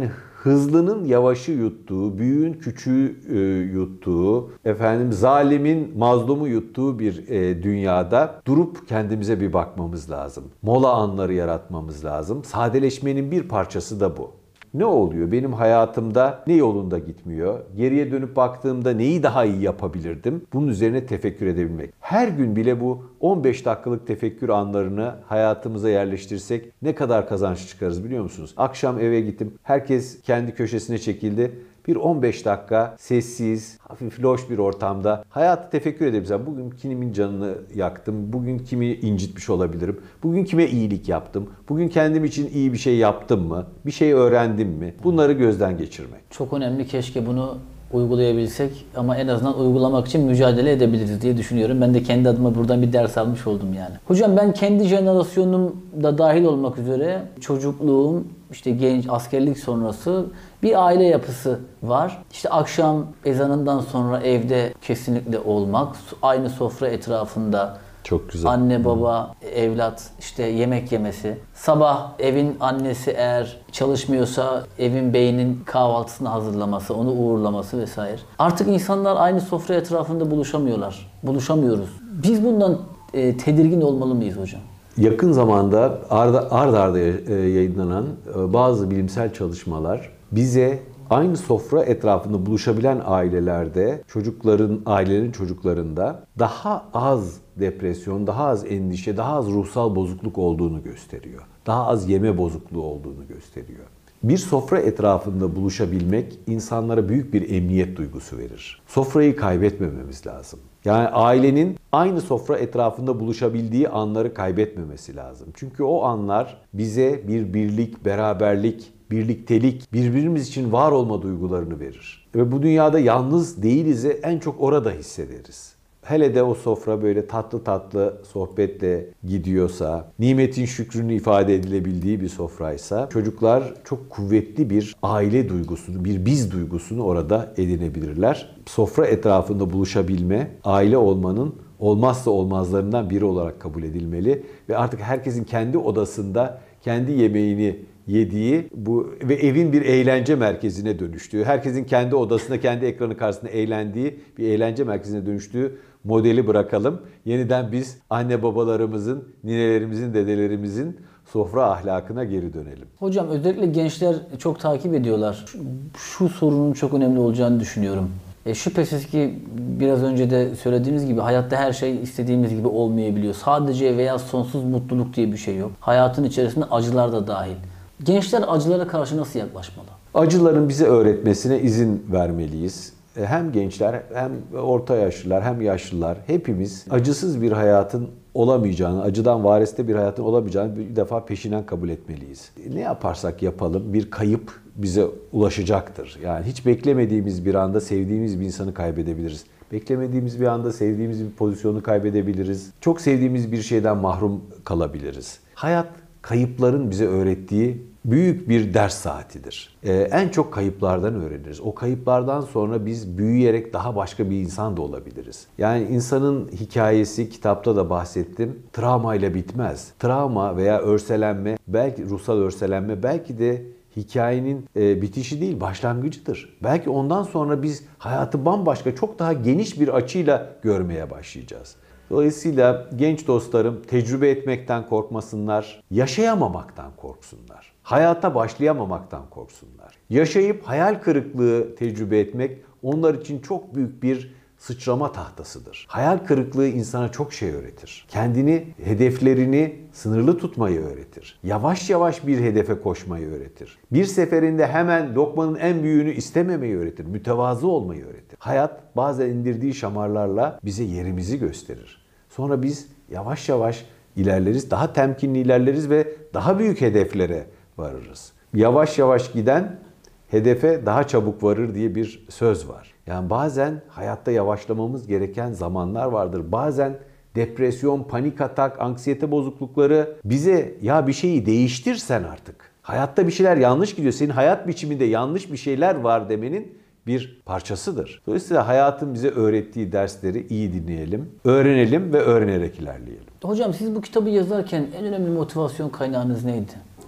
[SPEAKER 1] hızlının yavaşı yuttuğu, büyüğün küçüğü e, yuttuğu, efendim zalimin mazlumu yuttuğu bir e, dünyada durup kendimize bir bakmamız lazım. Mola anları yaratmamız lazım. Sadeleşmenin bir parçası da bu. Ne oluyor? Benim hayatımda ne yolunda gitmiyor? Geriye dönüp baktığımda neyi daha iyi yapabilirdim? Bunun üzerine tefekkür edebilmek. Her gün bile bu on beş dakikalık tefekkür anlarını hayatımıza yerleştirsek ne kadar kazanç çıkarız biliyor musunuz? Akşam eve gittim. Herkes kendi köşesine çekildi. Bir on beş dakika sessiz, hafif loş bir ortamda hayatı tefekkür edebilsem. Bugün kimin canını yaktım, bugün kimi incitmiş olabilirim, bugün kime iyilik yaptım, bugün kendim için iyi bir şey yaptım mı, bir şey öğrendim mi? Bunları gözden geçirmek.
[SPEAKER 2] Çok önemli. Keşke bunu uygulayabilsek ama en azından uygulamak için mücadele edebiliriz diye düşünüyorum. Ben de kendi adıma buradan bir ders almış oldum yani. Hocam ben kendi jenerasyonum da dahil olmak üzere çocukluğum, işte genç askerlik sonrası bir aile yapısı var. İşte akşam ezanından sonra evde kesinlikle olmak, aynı sofra etrafında
[SPEAKER 1] Çok güzel.
[SPEAKER 2] anne, baba, evlat işte yemek yemesi. Sabah evin annesi eğer çalışmıyorsa evin beyinin kahvaltısını hazırlaması, onu uğurlaması vesaire. Artık insanlar aynı sofra etrafında buluşamıyorlar. Buluşamıyoruz. Biz bundan e, tedirgin olmalı mıyız hocam?
[SPEAKER 1] Yakın zamanda arda ard arda yayınlanan bazı bilimsel çalışmalar bize aynı sofra etrafında buluşabilen ailelerde çocukların, ailelerin çocuklarında daha az depresyon, daha az endişe, daha az ruhsal bozukluk olduğunu gösteriyor. Daha az yeme bozukluğu olduğunu gösteriyor. Bir sofra etrafında buluşabilmek insanlara büyük bir emniyet duygusu verir. Sofrayı kaybetmememiz lazım. Yani ailenin aynı sofra etrafında buluşabildiği anları kaybetmemesi lazım. Çünkü o anlar bize bir birlik, beraberlik, birliktelik, birbirimiz için var olma duygularını verir. Ve bu dünyada yalnız değiliz en çok orada hissederiz. Hele de o sofra böyle tatlı tatlı sohbetle gidiyorsa, nimetin şükrünü ifade edilebildiği bir sofraysa, çocuklar çok kuvvetli bir aile duygusunu, bir biz duygusunu orada edinebilirler. Sofra etrafında buluşabilme, aile olmanın olmazsa olmazlarından biri olarak kabul edilmeli ve artık herkesin kendi odasında kendi yemeğini yediği bu ve evin bir eğlence merkezine dönüştüğü, herkesin kendi odasında, kendi ekranı karşısında eğlendiği bir eğlence merkezine dönüştüğü modeli bırakalım. Yeniden biz anne babalarımızın, ninelerimizin, dedelerimizin sofra ahlakına geri dönelim.
[SPEAKER 2] Hocam özellikle gençler çok takip ediyorlar. Şu, şu sorunun çok önemli olacağını düşünüyorum. E, şüphesiz ki biraz önce de söylediğiniz gibi hayatta her şey istediğimiz gibi olmayabiliyor. Sadece veya sonsuz mutluluk diye bir şey yok. Hayatın içerisinde acılar da dahil. Gençler acılara karşı nasıl yaklaşmalı?
[SPEAKER 1] Acıların bize öğretmesine izin vermeliyiz. Hem gençler hem orta yaşlılar hem yaşlılar hepimiz acısız bir hayatın olamayacağını, acıdan variste bir hayatın olamayacağını bir defa peşinen kabul etmeliyiz. Ne yaparsak yapalım bir kayıp bize ulaşacaktır. Yani hiç beklemediğimiz bir anda sevdiğimiz bir insanı kaybedebiliriz. Beklemediğimiz bir anda sevdiğimiz bir pozisyonu kaybedebiliriz. Çok sevdiğimiz bir şeyden mahrum kalabiliriz. Hayat kayıpların bize öğrettiği büyük bir ders saatidir. Ee, en çok kayıplardan öğreniriz. O kayıplardan sonra biz büyüyerek daha başka bir insan da olabiliriz. Yani insanın hikayesi, kitapta da bahsettim, travmayla bitmez. Travma veya örselenme, belki ruhsal örselenme, belki de hikayenin e, bitişi değil, başlangıcıdır. Belki ondan sonra biz hayatı bambaşka, çok daha geniş bir açıyla görmeye başlayacağız. Dolayısıyla genç dostlarım tecrübe etmekten korkmasınlar, yaşayamamaktan korksunlar. Hayata başlayamamaktan korksunlar. Yaşayıp hayal kırıklığı tecrübe etmek onlar için çok büyük bir sıçrama tahtasıdır. Hayal kırıklığı insana çok şey öğretir. Kendini, hedeflerini sınırlı tutmayı öğretir. Yavaş yavaş bir hedefe koşmayı öğretir. Bir seferinde hemen lokmanın en büyüğünü istememeyi öğretir. Mütevazı olmayı öğretir. Hayat bazen indirdiği şamarlarla bize yerimizi gösterir. Sonra biz yavaş yavaş ilerleriz, daha temkinli ilerleriz ve daha büyük hedeflere varırız. Yavaş yavaş giden hedefe daha çabuk varır diye bir söz var. Yani bazen hayatta yavaşlamamız gereken zamanlar vardır. Bazen depresyon, panik atak, anksiyete bozuklukları bize ya bir şeyi değiştirsen artık. Hayatta bir şeyler yanlış gidiyor. Senin hayat biçiminde yanlış bir şeyler var demenin bir parçasıdır. Dolayısıyla hayatın bize öğrettiği dersleri iyi dinleyelim, öğrenelim ve öğrenerek ilerleyelim.
[SPEAKER 2] Hocam siz bu kitabı yazarken en önemli motivasyon kaynağınız neydi?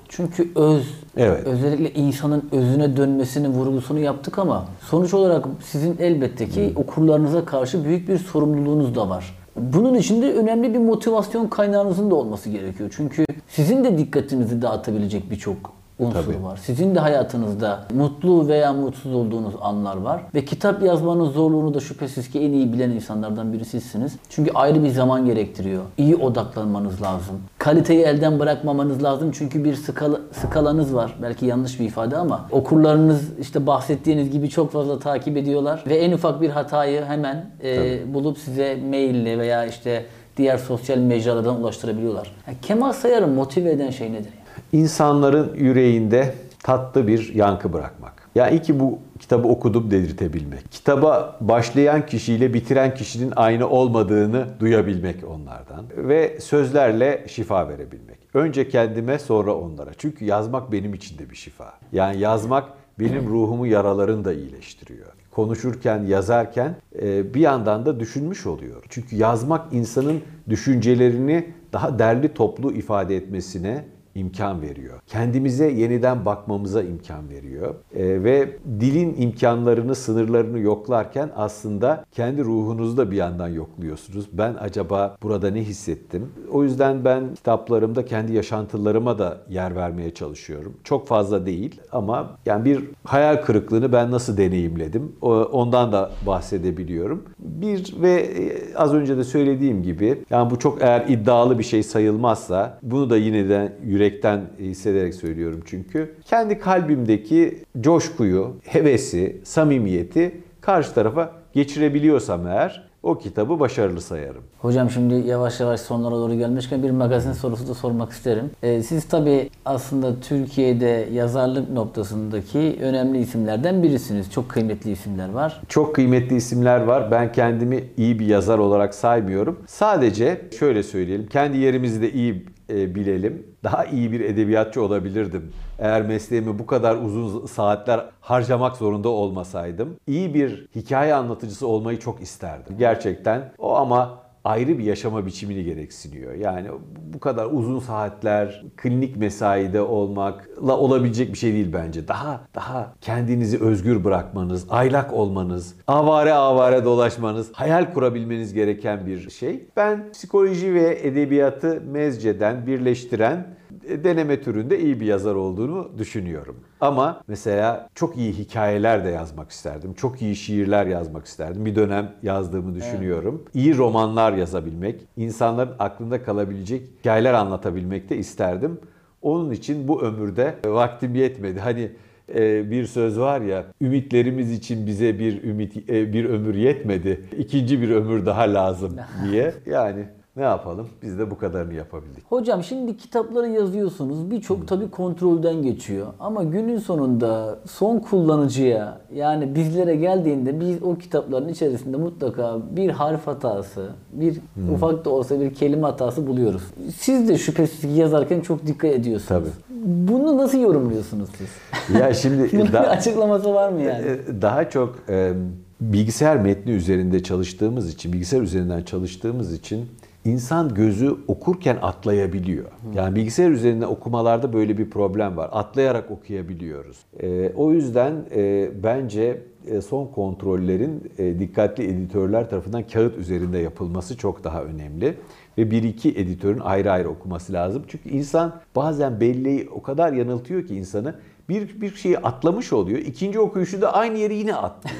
[SPEAKER 2] Çünkü öz,
[SPEAKER 1] Evet.
[SPEAKER 2] özellikle insanın özüne dönmesinin vurgusunu yaptık ama sonuç olarak sizin elbette ki
[SPEAKER 1] Hı.
[SPEAKER 2] okurlarınıza karşı büyük bir sorumluluğunuz da var. Bunun için de önemli bir motivasyon kaynağınızın da olması gerekiyor. Çünkü sizin de dikkatinizi dağıtabilecek birçok unsur
[SPEAKER 1] Tabii.
[SPEAKER 2] var. Sizin de hayatınızda mutlu veya mutsuz olduğunuz anlar var. Ve kitap yazmanın zorluğunu da şüphesiz ki en iyi bilen insanlardan biri sizsiniz. Çünkü ayrı bir zaman gerektiriyor. İyi odaklanmanız lazım. Kaliteyi elden bırakmamanız lazım. Çünkü bir skala, skalanız var. Belki yanlış bir ifade ama okurlarınız işte bahsettiğiniz gibi çok fazla takip ediyorlar. Ve en ufak bir hatayı hemen e, bulup size maille veya işte diğer sosyal mecralardan ulaştırabiliyorlar. Yani Kemal Sayar'ı motive eden şey nedir?
[SPEAKER 1] İnsanların yüreğinde tatlı bir yankı bırakmak. Ya iyi ki bu kitabı okudum dedirtebilmek. Kitaba başlayan kişiyle bitiren kişinin aynı olmadığını duyabilmek onlardan. Ve sözlerle şifa verebilmek. Önce kendime, sonra onlara. Çünkü yazmak benim için de bir şifa. Yani yazmak benim ruhumu, yaralarını da iyileştiriyor. Konuşurken, yazarken bir yandan da düşünmüş oluyor. Çünkü yazmak insanın düşüncelerini daha derli toplu ifade etmesine imkan veriyor. Kendimize yeniden bakmamıza imkan veriyor. Ee, ve dilin imkanlarını, sınırlarını yoklarken aslında kendi ruhunuzu da bir yandan yokluyorsunuz. Ben acaba burada ne hissettim? O yüzden ben kitaplarımda kendi yaşantılarıma da yer vermeye çalışıyorum. Çok fazla değil ama yani bir hayal kırıklığını ben nasıl deneyimledim? Ondan da bahsedebiliyorum. Bir ve az önce de söylediğim gibi yani bu çok eğer iddialı bir şey sayılmazsa bunu da yine de yürekten hissederek söylüyorum çünkü. Kendi kalbimdeki coşkuyu, hevesi, samimiyeti karşı tarafa geçirebiliyorsam eğer o kitabı başarılı sayarım.
[SPEAKER 2] Hocam şimdi yavaş yavaş sonlara doğru gelmişken bir magazin sorusu da sormak isterim. Ee, siz tabii aslında Türkiye'de yazarlık noktasındaki önemli isimlerden birisiniz. Çok kıymetli isimler var.
[SPEAKER 1] Çok kıymetli isimler var. Ben kendimi iyi bir yazar olarak saymıyorum. Sadece şöyle söyleyelim. Kendi yerimizi de iyi e, bilelim. Daha iyi bir edebiyatçı olabilirdim. Eğer mesleğimi bu kadar uzun saatler harcamak zorunda olmasaydım. İyi bir hikaye anlatıcısı olmayı çok isterdim. Gerçekten o ama ayrı bir yaşama biçimini gereksiniyor. Yani bu kadar uzun saatler klinik mesaide olmakla olabilecek bir şey değil bence. Daha daha kendinizi özgür bırakmanız, aylak olmanız, avare avare dolaşmanız, hayal kurabilmeniz gereken bir şey. Ben psikoloji ve edebiyatı mezceden, birleştiren deneme türünde iyi bir yazar olduğunu düşünüyorum. Ama mesela çok iyi hikayeler de yazmak isterdim. Çok iyi şiirler yazmak isterdim. Bir dönem yazdığımı düşünüyorum. Evet. İyi romanlar yazabilmek, insanların aklında kalabilecek hikayeler anlatabilmek de isterdim. Onun için bu ömürde vaktim yetmedi. Hani bir söz var ya, ümitlerimiz için bize bir ümit bir ömür yetmedi. İkinci bir ömür daha lazım diye. Yani ne yapalım? Biz de bu kadarını yapabildik.
[SPEAKER 2] Hocam şimdi kitapları yazıyorsunuz. Birçok tabii kontrolden geçiyor. Ama günün sonunda son kullanıcıya yani bizlere geldiğinde biz o kitapların içerisinde mutlaka bir harf hatası, bir hmm. ufak da olsa bir kelime hatası buluyoruz. Siz de şüphesiz ki yazarken çok dikkat ediyorsunuz.
[SPEAKER 1] Tabii.
[SPEAKER 2] Bunu nasıl yorumluyorsunuz siz?
[SPEAKER 1] Ya şimdi
[SPEAKER 2] bunun
[SPEAKER 1] daha,
[SPEAKER 2] bir açıklaması var mı yani?
[SPEAKER 1] Daha çok e, bilgisayar metni üzerinde çalıştığımız için, bilgisayar üzerinden çalıştığımız için İnsan gözü okurken atlayabiliyor. Yani bilgisayar üzerinden okumalarda böyle bir problem var. Atlayarak okuyabiliyoruz. E, o yüzden e, bence e, son kontrollerin e, dikkatli editörler tarafından kağıt üzerinde yapılması çok daha önemli. Ve bir iki editörün ayrı ayrı okuması lazım. Çünkü insan bazen belleği o kadar yanıltıyor ki insanı bir, bir şeyi atlamış oluyor. İkinci okuyuşu da aynı yeri yine atlıyor.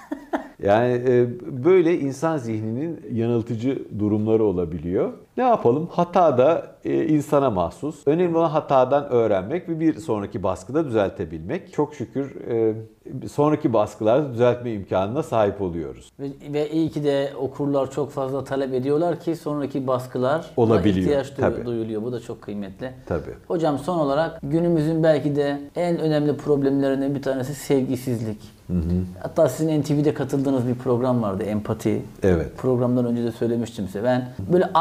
[SPEAKER 1] Yani e, böyle insan zihninin yanıltıcı durumları olabiliyor. Ne yapalım? Hata da e, insana mahsus. Önemli olan hatadan öğrenmek ve bir sonraki baskıda düzeltebilmek. Çok şükür e, sonraki baskılarda düzeltme imkanına sahip oluyoruz.
[SPEAKER 2] Ve, ve iyi ki de okurlar çok fazla talep ediyorlar ki sonraki baskılar
[SPEAKER 1] olabiliyor.
[SPEAKER 2] ihtiyaç
[SPEAKER 1] Tabii.
[SPEAKER 2] duyuluyor. Bu da çok kıymetli.
[SPEAKER 1] Tabii.
[SPEAKER 2] Hocam son olarak günümüzün belki de en önemli problemlerinden bir tanesi sevgisizlik. Hı hı. Hatta sizin N T V'de katıldığınız bir program vardı, Empati.
[SPEAKER 1] Evet.
[SPEAKER 2] Programdan önce de söylemiştim size. Ben böyle ara ara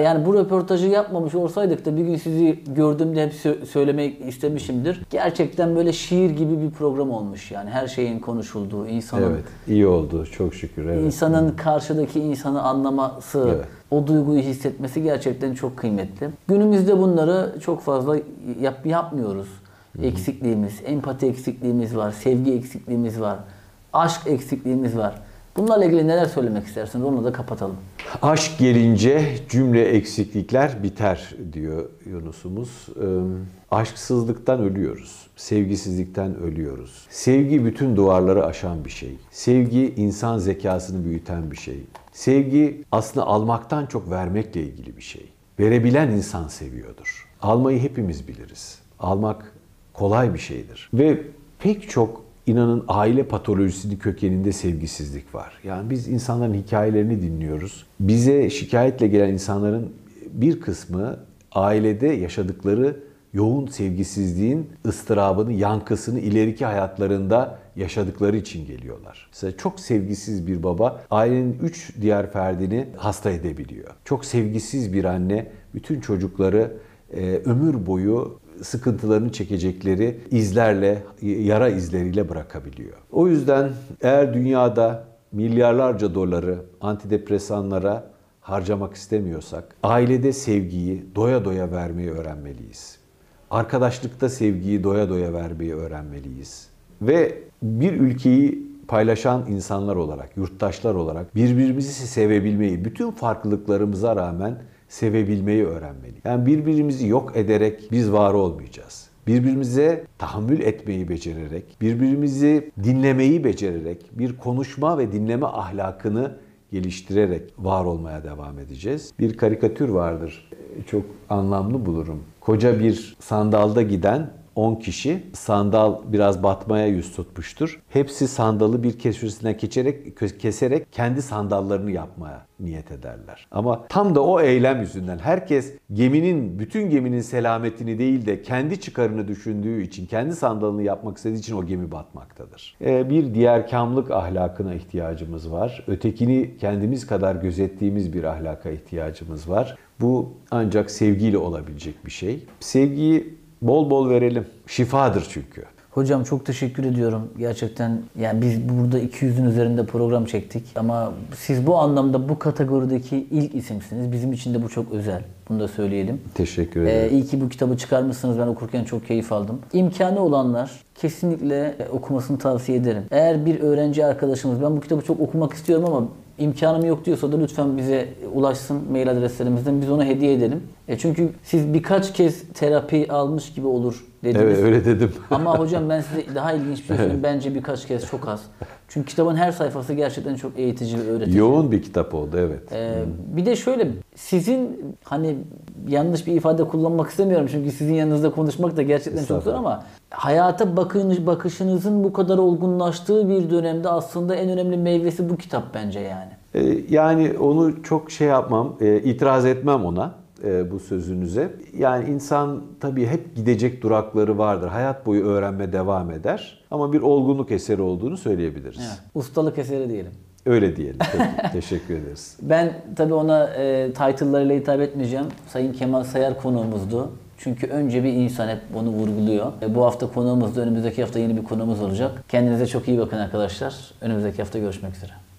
[SPEAKER 2] yani bu röportajı yapmamış olsaydık da bir gün sizi gördüğümde hep sö- söylemek istemişimdir. Gerçekten böyle şiir gibi bir program olmuş yani. Her şeyin konuşulduğu, insanın
[SPEAKER 1] Evet, iyi oldu. Çok şükür. Evet.
[SPEAKER 2] insanın karşıdaki insanı anlaması,
[SPEAKER 1] Evet.
[SPEAKER 2] o duyguyu hissetmesi gerçekten çok kıymetli. Günümüzde bunları çok fazla yap yapmıyoruz. Eksikliğimiz, empati eksikliğimiz var, sevgi eksikliğimiz var, aşk eksikliğimiz var. Bunlarla ilgili neler söylemek istersiniz? Onu da kapatalım.
[SPEAKER 1] Aşk gelince cümle eksiklikler biter diyor Yunus'umuz. Ee, aşksızlıktan ölüyoruz. Sevgisizlikten ölüyoruz. Sevgi bütün duvarları aşan bir şey. Sevgi insan zekasını büyüten bir şey. Sevgi aslında almaktan çok vermekle ilgili bir şey. Verebilen insan seviyordur. Almayı hepimiz biliriz. Almak kolay bir şeydir. Ve pek çok İnanın aile patolojisinin kökeninde sevgisizlik var. Yani biz insanların hikayelerini dinliyoruz. Bize şikayetle gelen insanların bir kısmı ailede yaşadıkları yoğun sevgisizliğin ıstırabını, yankısını ileriki hayatlarında yaşadıkları için geliyorlar. Mesela çok sevgisiz bir baba ailenin üç diğer ferdini hasta edebiliyor. Çok sevgisiz bir anne bütün çocukları e, ömür boyu sıkıntılarını çekecekleri izlerle, yara izleriyle bırakabiliyor. O yüzden eğer dünyada milyarlarca doları antidepresanlara harcamak istemiyorsak, ailede sevgiyi doya doya vermeyi öğrenmeliyiz. Arkadaşlıkta sevgiyi doya doya vermeyi öğrenmeliyiz. Ve bir ülkeyi paylaşan insanlar olarak, yurttaşlar olarak birbirimizi sevebilmeyi, bütün farklılıklarımıza rağmen sevebilmeyi öğrenmeli. Yani birbirimizi yok ederek biz var olmayacağız. Birbirimize tahammül etmeyi becererek, birbirimizi dinlemeyi becererek, bir konuşma ve dinleme ahlakını geliştirerek var olmaya devam edeceğiz. Bir karikatür vardır. Çok anlamlı bulurum. Koca bir sandalda giden on kişi, sandal biraz batmaya yüz tutmuştur. Hepsi sandalı bir köşesine geçerek, keserek kendi sandallarını yapmaya niyet ederler. Ama tam da o eylem yüzünden herkes geminin, bütün geminin selametini değil de kendi çıkarını düşündüğü için, kendi sandalını yapmak istediği için o gemi batmaktadır. Ee, bir diğerkamlık ahlakına ihtiyacımız var. Ötekini kendimiz kadar gözettiğimiz bir ahlaka ihtiyacımız var. Bu ancak sevgiyle olabilecek bir şey. Sevgiyi bol bol verelim. Şifadır çünkü.
[SPEAKER 2] Hocam çok teşekkür ediyorum. Gerçekten yani biz burada iki yüzün üzerinde program çektik ama siz bu anlamda bu kategorideki ilk isimsiniz. Bizim için de bu çok özel. Bunu da söyleyelim.
[SPEAKER 1] Teşekkür ederim.
[SPEAKER 2] Ee, iyi ki bu kitabı çıkarmışsınız. Ben okurken çok keyif aldım. İmkanı olanlar kesinlikle okumasını tavsiye ederim. Eğer bir öğrenci arkadaşımız ben bu kitabı çok okumak istiyorum ama imkanım yok diyorsa da lütfen bize ulaşsın mail adreslerimizden. Biz ona hediye edelim. E çünkü siz birkaç kez terapi almış gibi olur dediniz.
[SPEAKER 1] Evet öyle dedim.
[SPEAKER 2] Ama hocam ben size daha ilginç bir şey söyleyeyim. Bence birkaç kez çok az. Çünkü kitabın her sayfası gerçekten çok eğitici ve öğretici.
[SPEAKER 1] Yoğun bir kitap oldu evet.
[SPEAKER 2] Ee, bir de şöyle sizin hani yanlış bir ifade kullanmak istemiyorum çünkü sizin yanınızda konuşmak da gerçekten çok zor ama hayata bakın, bakışınızın bu kadar olgunlaştığı bir dönemde aslında en önemli meyvesi bu kitap bence yani.
[SPEAKER 1] Ee, yani onu çok şey yapmam, e, itiraz etmem ona e, bu sözünüze. Yani insan tabii hep gidecek durakları vardır. Hayat boyu öğrenme devam eder. Ama bir olgunluk eseri olduğunu söyleyebiliriz.
[SPEAKER 2] Evet. Ustalık eseri diyelim.
[SPEAKER 1] Öyle diyelim. Peki, teşekkür ederiz.
[SPEAKER 2] Ben tabii ona e, title'larıyla hitap etmeyeceğim. Sayın Kemal Sayar konuğumuzdu. Çünkü önce bir insan hep bunu vurguluyor. E, bu hafta konuğumuz da önümüzdeki hafta yeni bir konuğumuz olacak. Kendinize çok iyi bakın arkadaşlar. Önümüzdeki hafta görüşmek üzere.